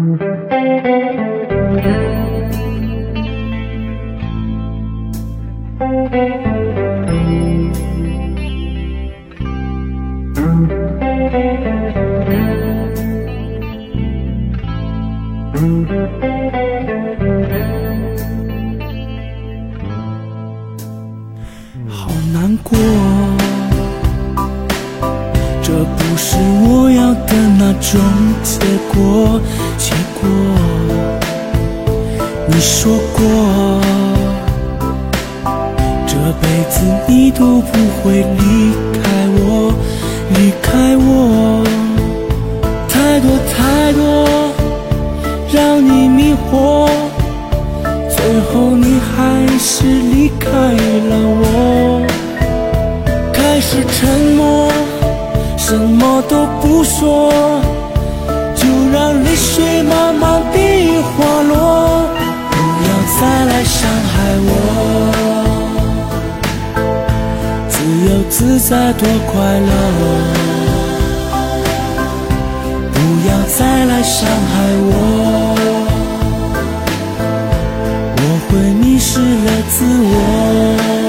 好难过，这不是我要的那种结果。你说过，这辈子你都不会离开我，太多让你迷惑，最后你还是离开了我。开始沉默，什么都不说，就让泪水慢慢地滑落。不要再来伤害我，自由自在多快乐。不要再来伤害我，我会迷失了自我。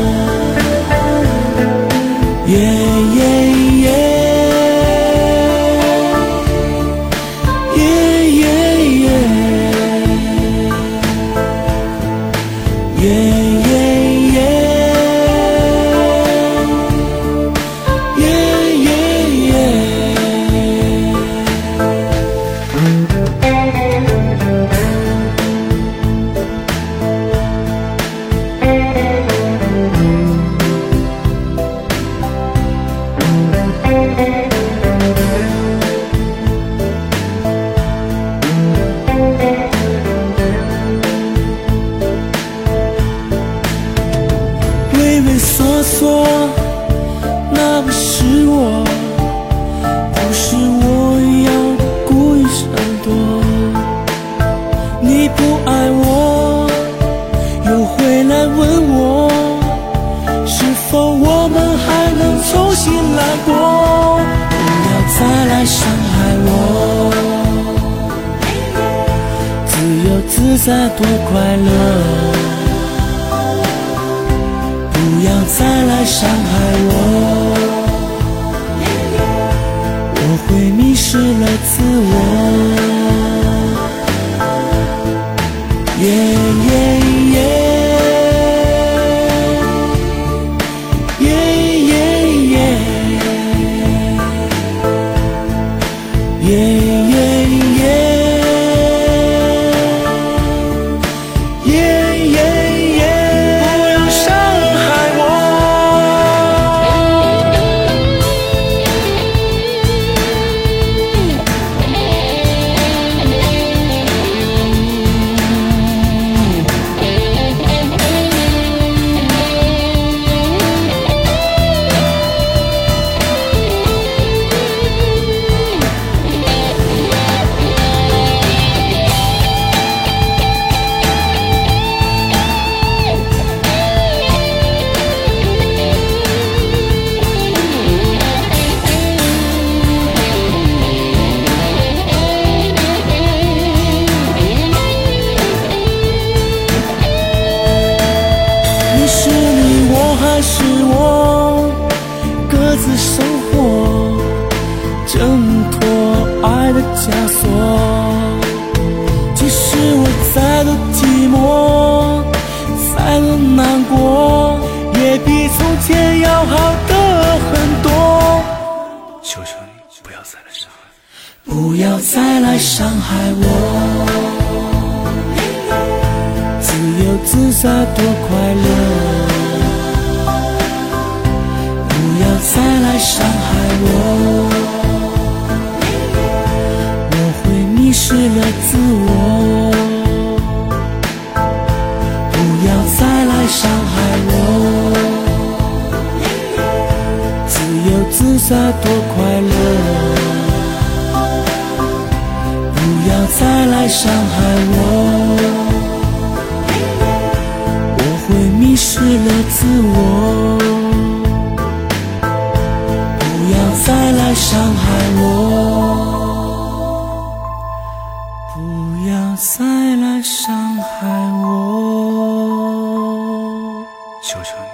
畏畏缩缩，那不是我，不是我要故意闪躲。你不爱我，又回来问我，是否我们还能重新来过？不要再来伤害我，自由自在多快乐。不要再来伤害我，我会迷失了自我。还是我各自生活，挣脱爱的枷锁。即使我再多寂寞，再多难过，也比从前要好的很多。 求求你不要再来伤害我， 不要再来伤害我，自由自在多快乐。不要再来伤害我，我会迷失了自我。不要再来伤害我，自由自在多快乐。不要再来伤害我，我会迷失了自我。不要再来伤害我， 再来伤害我。 求求你。